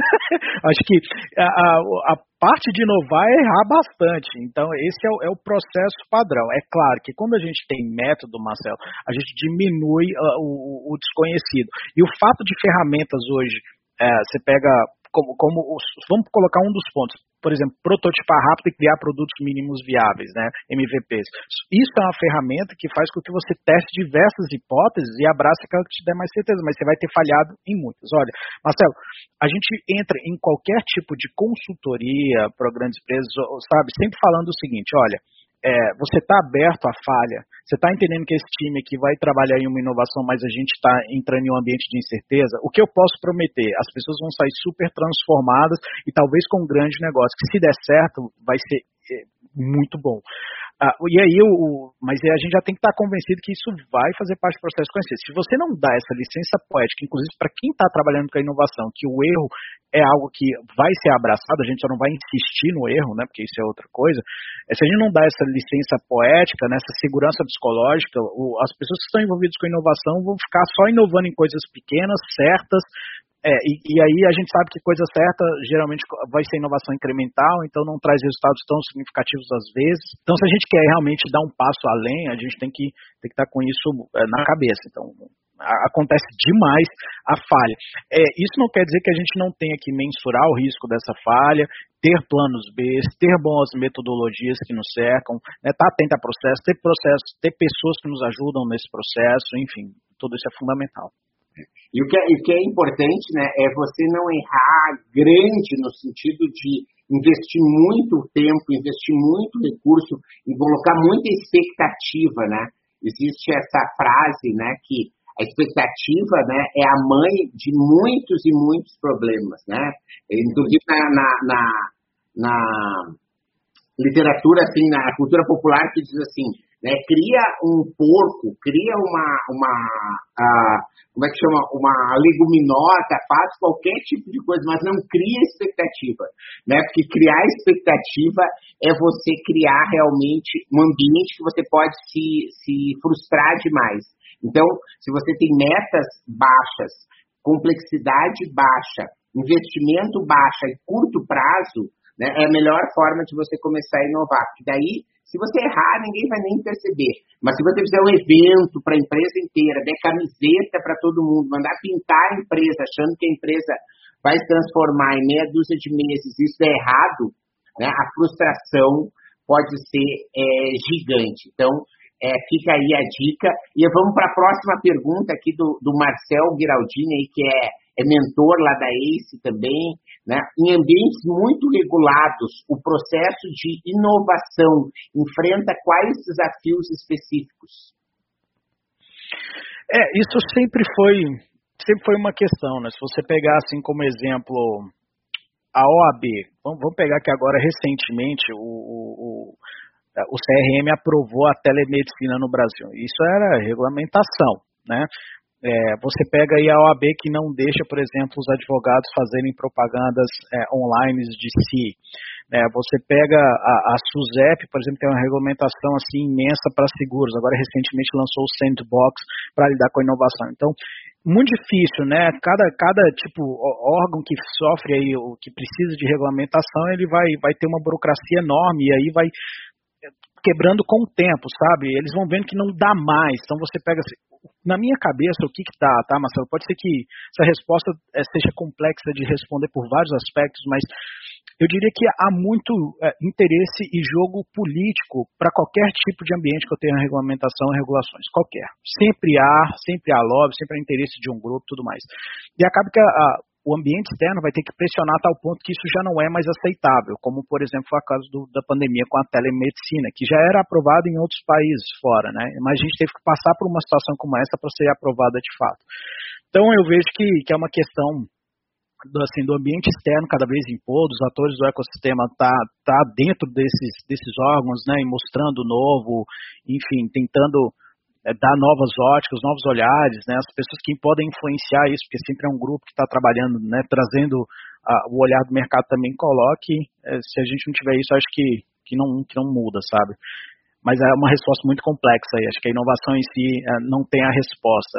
Acho que a, a, a parte de inovar é errar bastante. Então, esse é o, é o processo padrão. É claro que quando a gente tem método, Marcelo, a gente diminui uh, o, o desconhecido. E o fato de ferramentas hoje, é, você pega, como, como os, vamos colocar um dos pontos, por exemplo, prototipar rápido e criar produtos mínimos viáveis, né, M V Ps. Isso é uma ferramenta que faz com que você teste diversas hipóteses e abrace aquela que te der mais certeza, mas você vai ter falhado em muitas. Olha, Marcelo, a gente entra em qualquer tipo de consultoria para grandes empresas, sabe, sempre falando o seguinte, olha, é, você está aberto à falha, você está entendendo que esse time aqui vai trabalhar em uma inovação, mas a gente está entrando em um ambiente de incerteza, o que eu posso prometer? As pessoas vão sair super transformadas e talvez com um grande negócio, que se der certo, vai ser é, muito bom. Ah, e aí, o, mas a gente já tem que estar convencido que isso vai fazer parte do processo de conhecer. Se você não dá essa licença poética, inclusive para quem está trabalhando com a inovação, que o erro é algo que vai ser abraçado, a gente só não vai insistir no erro, né, porque isso é outra coisa. Se a gente não dá essa licença poética, nessa segurança psicológica, o, as pessoas que estão envolvidas com a inovação vão ficar só inovando em coisas pequenas, certas. É, e, e aí a gente sabe que coisa certa geralmente vai ser inovação incremental, então não traz resultados tão significativos às vezes. Então, se a gente quer realmente dar um passo além, a gente tem que, tem que estar com isso é, na cabeça. Então, a, acontece demais a falha. É, isso não quer dizer que a gente não tenha que mensurar o risco dessa falha, ter planos B, ter boas metodologias que nos cercam, né, estar atento a processo, ter processo, ter pessoas que nos ajudam nesse processo, enfim, tudo isso é fundamental. E o que, é, o que é importante, né, é você não errar grande no sentido de investir muito tempo, investir muito recurso e colocar muita expectativa, né? Existe essa frase, né, que a expectativa, né, é a mãe de muitos e muitos problemas, né? Inclusive na, na, na, na literatura, assim, na cultura popular, que diz assim, né, cria um porco, cria uma, uma uh, como é que chama, uma leguminosa, faz qualquer tipo de coisa, mas não cria expectativa, né, porque criar expectativa é você criar realmente um ambiente que você pode se, se frustrar demais. Então, se você tem metas baixas, complexidade baixa, investimento baixa e curto prazo, né, é a melhor forma de você começar a inovar. Porque daí, se você errar, ninguém vai nem perceber. Mas se você fizer um evento para a empresa inteira, der camiseta para todo mundo, mandar pintar a empresa, achando que a empresa vai se transformar em meia dúzia de meses, isso é errado, né, a frustração pode ser é, gigante. Então, é, fica aí a dica. E vamos para a próxima pergunta aqui do, do Marcel Giraldini, aí, que é, é mentor lá da ACE também. Né? Em ambientes muito regulados, o processo de inovação enfrenta quais desafios específicos? É, isso sempre foi, sempre foi uma questão, né? Se você pegar assim como exemplo a O A B, vamos, vamos pegar que agora recentemente o, o, o C R M aprovou a telemedicina no Brasil. Isso era regulamentação, né? É, você pega aí a O A B que não deixa, por exemplo, os advogados fazerem propagandas é, online de si. É, você pega a, a SUSEP, por exemplo, tem uma regulamentação assim imensa para seguros. Agora, recentemente, lançou o Sandbox para lidar com a inovação. Então, muito difícil, né? Cada, cada tipo órgão que sofre aí, o que precisa de regulamentação, ele vai, vai ter uma burocracia enorme e aí vai quebrando com o tempo, sabe? Eles vão vendo que não dá mais. Então, você pega assim, na minha cabeça, o que que tá, tá, Marcelo? Pode ser que essa resposta é, seja complexa de responder por vários aspectos, mas eu diria que há muito é, interesse e jogo político para qualquer tipo de ambiente que eu tenha regulamentação e regulações, qualquer. Sempre há, sempre há lobby, sempre há interesse de um grupo, tudo mais. E acaba que a, a, o ambiente externo vai ter que pressionar a tal ponto que isso já não é mais aceitável, como, por exemplo, foi a causa do, da pandemia com a telemedicina, que já era aprovada em outros países fora, né? Mas a gente teve que passar por uma situação como essa para ser aprovada de fato. Então, eu vejo que, que é uma questão do, assim, do ambiente externo cada vez impor, dos atores do ecossistema tá, tá dentro desses, desses órgãos, né? E mostrando o novo, enfim, tentando É, dar novas óticas, novos olhares, né, as pessoas que podem influenciar isso, porque sempre é um grupo que está trabalhando, né, trazendo uh, o olhar do mercado também coloque, é, se a gente não tiver isso, acho que, que, não, que não muda, sabe? Mas é uma resposta muito complexa aí, acho que a inovação em si é, não tem a resposta.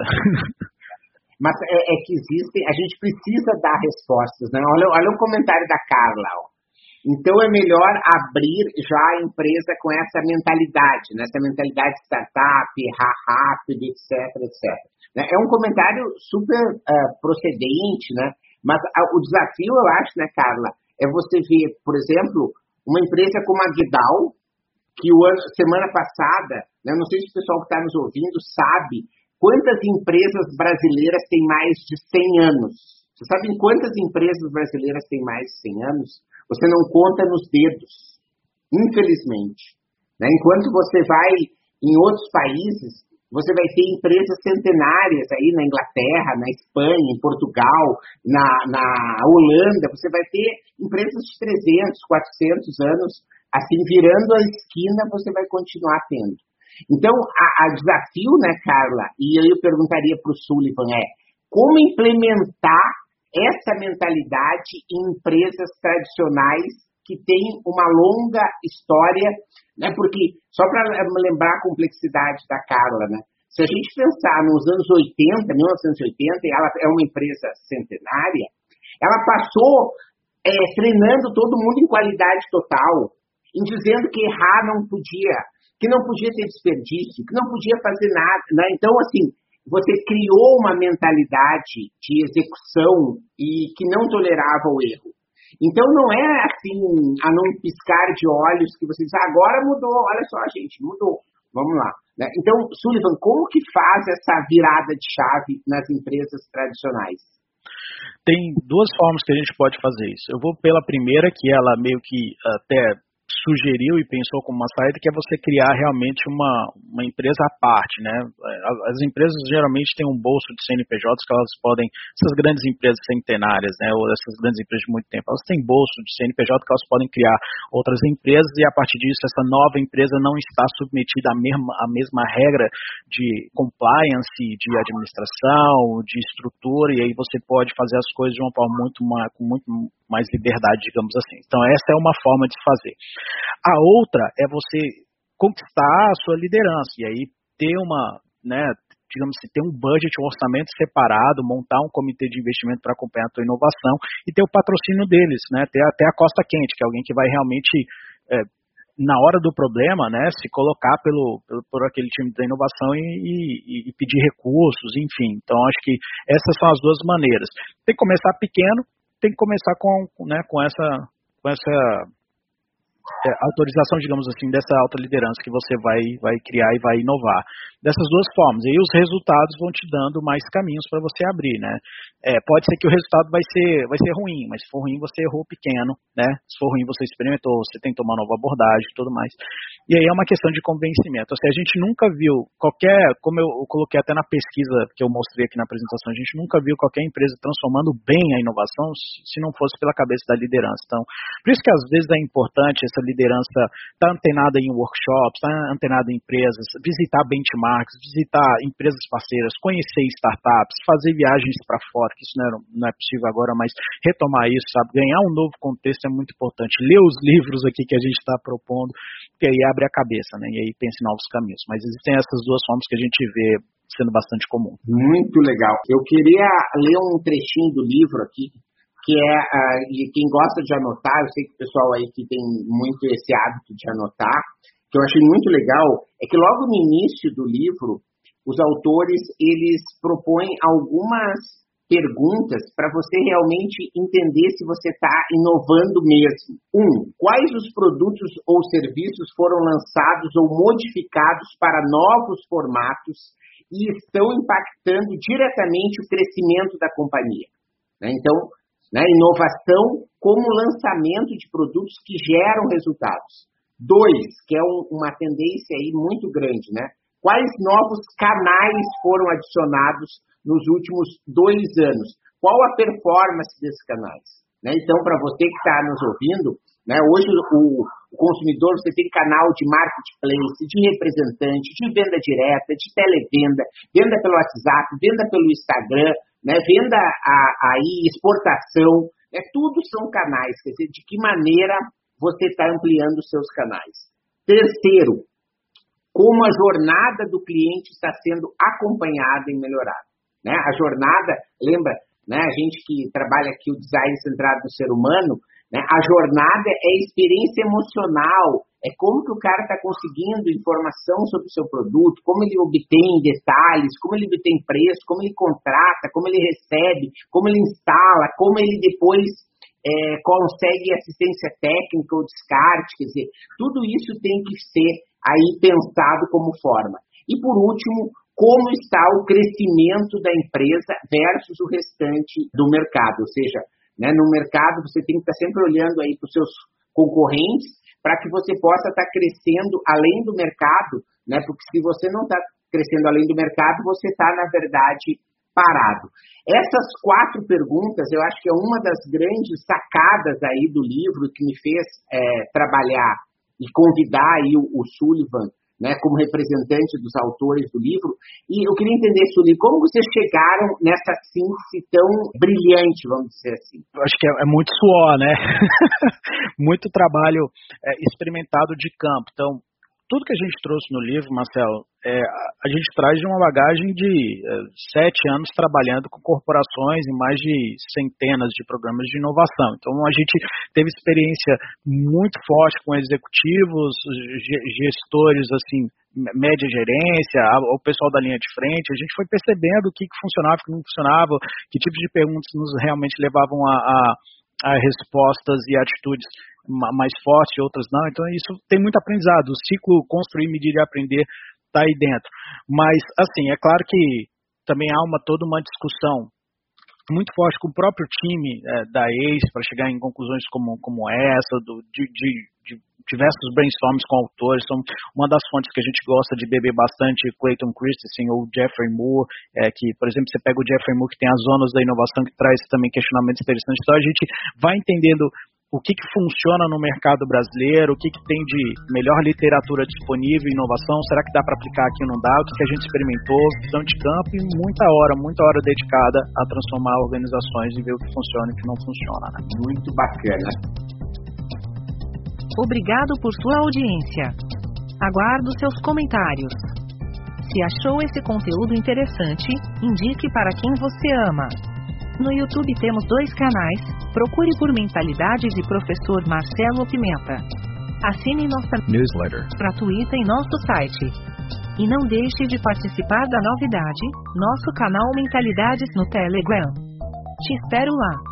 Mas é, é que existe, a gente precisa dar respostas, né? Olha, olha o comentário da Carla, ó. Então, é melhor abrir já a empresa com essa mentalidade, né? Essa mentalidade de startup, errar rápido, etc, etcétera. É um comentário super uh, procedente, né? Mas uh, o desafio, eu acho, né, Carla, é você ver, por exemplo, uma empresa como a Gerdau, que o ano, semana passada, né, não sei se o pessoal que está nos ouvindo sabe quantas empresas brasileiras têm mais de cem anos. Você sabe em quantas empresas brasileiras têm mais de cem anos? Você não conta nos dedos, infelizmente. Né? Enquanto você vai em outros países, você vai ter empresas centenárias aí na Inglaterra, na Espanha, em Portugal, na, na Holanda. Você vai ter empresas de trezentos, quatrocentos anos, assim, virando a esquina, você vai continuar tendo. Então, a, a desafio, né, Carla, e eu perguntaria para o Sullivan, é como implementar essa mentalidade em empresas tradicionais que têm uma longa história, né? Porque, só para lembrar a complexidade da Carla, né? Se a gente pensar nos anos oitenta, mil novecentos e oitenta, ela é uma empresa centenária, ela passou é, treinando todo mundo em qualidade total, em dizendo que errar não podia, que não podia ter desperdício, que não podia fazer nada, né? Então, assim, você criou uma mentalidade de execução e que não tolerava o erro. Então, não é assim, a não piscar de olhos que você diz, ah, agora mudou, olha só, gente, mudou, vamos lá. Né? Então, Sullivan, como que faz essa virada de chave nas empresas tradicionais? Tem duas formas que a gente pode fazer isso. Eu vou pela primeira, que ela meio que até sugeriu e pensou como uma saída, que é você criar realmente uma, uma empresa à parte, né? As empresas geralmente têm um bolso de C N P Js que elas podem, essas grandes empresas centenárias, né, ou essas grandes empresas de muito tempo, elas têm bolso de C N P J que elas podem criar outras empresas e a partir disso essa nova empresa não está submetida à mesma, à mesma regra de compliance, de administração, de estrutura, e aí você pode fazer as coisas de uma forma muito mais, com muito mais liberdade, digamos assim. Então essa é uma forma de fazer. A outra é você conquistar a sua liderança e aí ter uma, né, digamos assim, ter um budget, um orçamento separado, montar um comitê de investimento para acompanhar a tua inovação e ter o patrocínio deles, né, ter até a costa quente, que é alguém que vai realmente, é, na hora do problema, né, se colocar pelo, pelo, por aquele time da inovação e, e, e pedir recursos, enfim. Então, acho que essas são as duas maneiras. Tem que começar pequeno, tem que começar com, né, com essa... Com essa É, autorização, digamos assim, dessa alta liderança que você vai, vai criar e vai inovar. Dessas duas formas. E aí os resultados vão te dando mais caminhos para você abrir, né? É, pode ser que o resultado vai ser, vai ser ruim, mas se for ruim você errou pequeno, né? Se for ruim você experimentou, você tentou uma nova abordagem e tudo mais. E aí é uma questão de convencimento. Assim, a gente nunca viu qualquer, como eu coloquei até na pesquisa que eu mostrei aqui na apresentação, a gente nunca viu qualquer empresa transformando bem a inovação se não fosse pela cabeça da liderança. Então, por isso que às vezes é importante essa liderança estar antenada em workshops, estar antenada em empresas, visitar benchmarks, visitar empresas parceiras, conhecer startups, fazer viagens para fora, que isso não é, não é possível agora, mas retomar isso, sabe? Ganhar um novo contexto é muito importante. Ler os livros aqui que a gente está propondo, que aí abre a cabeça, né? E aí pensa em novos caminhos. Mas existem essas duas formas que a gente vê sendo bastante comum. Muito legal. Eu queria ler um trechinho do livro aqui, que é, uh, e quem gosta de anotar, eu sei que o pessoal aí que tem muito esse hábito de anotar, que eu achei muito legal, é que logo no início do livro, os autores, eles propõem algumas perguntas para você realmente entender se você está inovando mesmo. Um, quais os produtos ou serviços foram lançados ou modificados para novos formatos e estão impactando diretamente o crescimento da companhia? Né? Então, né, inovação como lançamento de produtos que geram resultados. Dois, que é um, uma tendência aí muito grande, né? Quais novos canais foram adicionados nos últimos dois anos? Qual a performance desses canais? Né? Então, para você que está nos ouvindo, né, hoje o, o consumidor, você tem canal de marketplace, de representante, de venda direta, de televenda, venda pelo WhatsApp, venda pelo Instagram, né, venda a, aí, exportação, né, tudo são canais, quer dizer, de que maneira você está ampliando os seus canais. Terceiro, como a jornada do cliente está sendo acompanhada e melhorada. Né? A jornada, lembra, né, a gente que trabalha aqui o design centrado no ser humano, né, a jornada é a experiência emocional, é como que o cara está conseguindo informação sobre o seu produto, como ele obtém detalhes, como ele obtém preço, como ele contrata, como ele recebe, como ele instala, como ele depois é, consegue assistência técnica ou descarte, quer dizer, tudo isso tem que ser aí pensado como forma. E por último, como está o crescimento da empresa versus o restante do mercado, ou seja, né, no mercado você tem que estar sempre olhando aí para os seus concorrentes para que você possa estar crescendo além do mercado, né, porque se você não está crescendo além do mercado, você está, na verdade, parado. Essas quatro perguntas, eu acho que é uma das grandes sacadas aí do livro que me fez é, trabalhar e convidar aí o, o Sullivan, né, como representante dos autores do livro. E eu queria entender, Sullivan, como vocês chegaram nessa síntese tão brilhante, vamos dizer assim? Eu acho que é, é muito suor, né? Muito trabalho é, experimentado de campo. Então, tudo que a gente trouxe no livro, Marcelo, é, a gente traz de uma bagagem de é, sete anos trabalhando com corporações em mais de centenas de programas de inovação. Então, a gente teve experiência muito forte com executivos, gestores, assim, média gerência, o pessoal da linha de frente. A gente foi percebendo o que, que funcionava, o que não funcionava, que tipos de perguntas nos realmente levavam a, a, a respostas e atitudes mais fortes, outras não. Então isso tem muito aprendizado. O ciclo construir, medir e aprender está aí dentro. Mas, assim, é claro que também há uma, toda uma discussão muito forte com o próprio time é, da A C E para chegar em conclusões como, como essa, do, de, de, de diversos brainstorms com autores. São uma das fontes que a gente gosta de beber bastante, Clayton Christensen ou Jeffrey Moore, é, que, por exemplo, você pega o Jeffrey Moore, que tem as zonas da inovação, que traz também questionamentos interessantes. Então a gente vai entendendo o que, que funciona no mercado brasileiro, o que, que tem de melhor literatura disponível, inovação, será que dá para aplicar aqui ou não dá, o que, que a gente experimentou, visão de campo e muita hora, muita hora dedicada a transformar organizações e ver o que funciona e o que não funciona. Né? Muito bacana. Obrigado por sua audiência. Aguardo seus comentários. Se achou esse conteúdo interessante, indique para quem você ama. No YouTube temos dois canais, procure por Mentalidades e Professor Marcelo Pimenta. Assine nossa newsletter gratuita em nosso site. E não deixe de participar da novidade, nosso canal Mentalidades no Telegram. Te espero lá.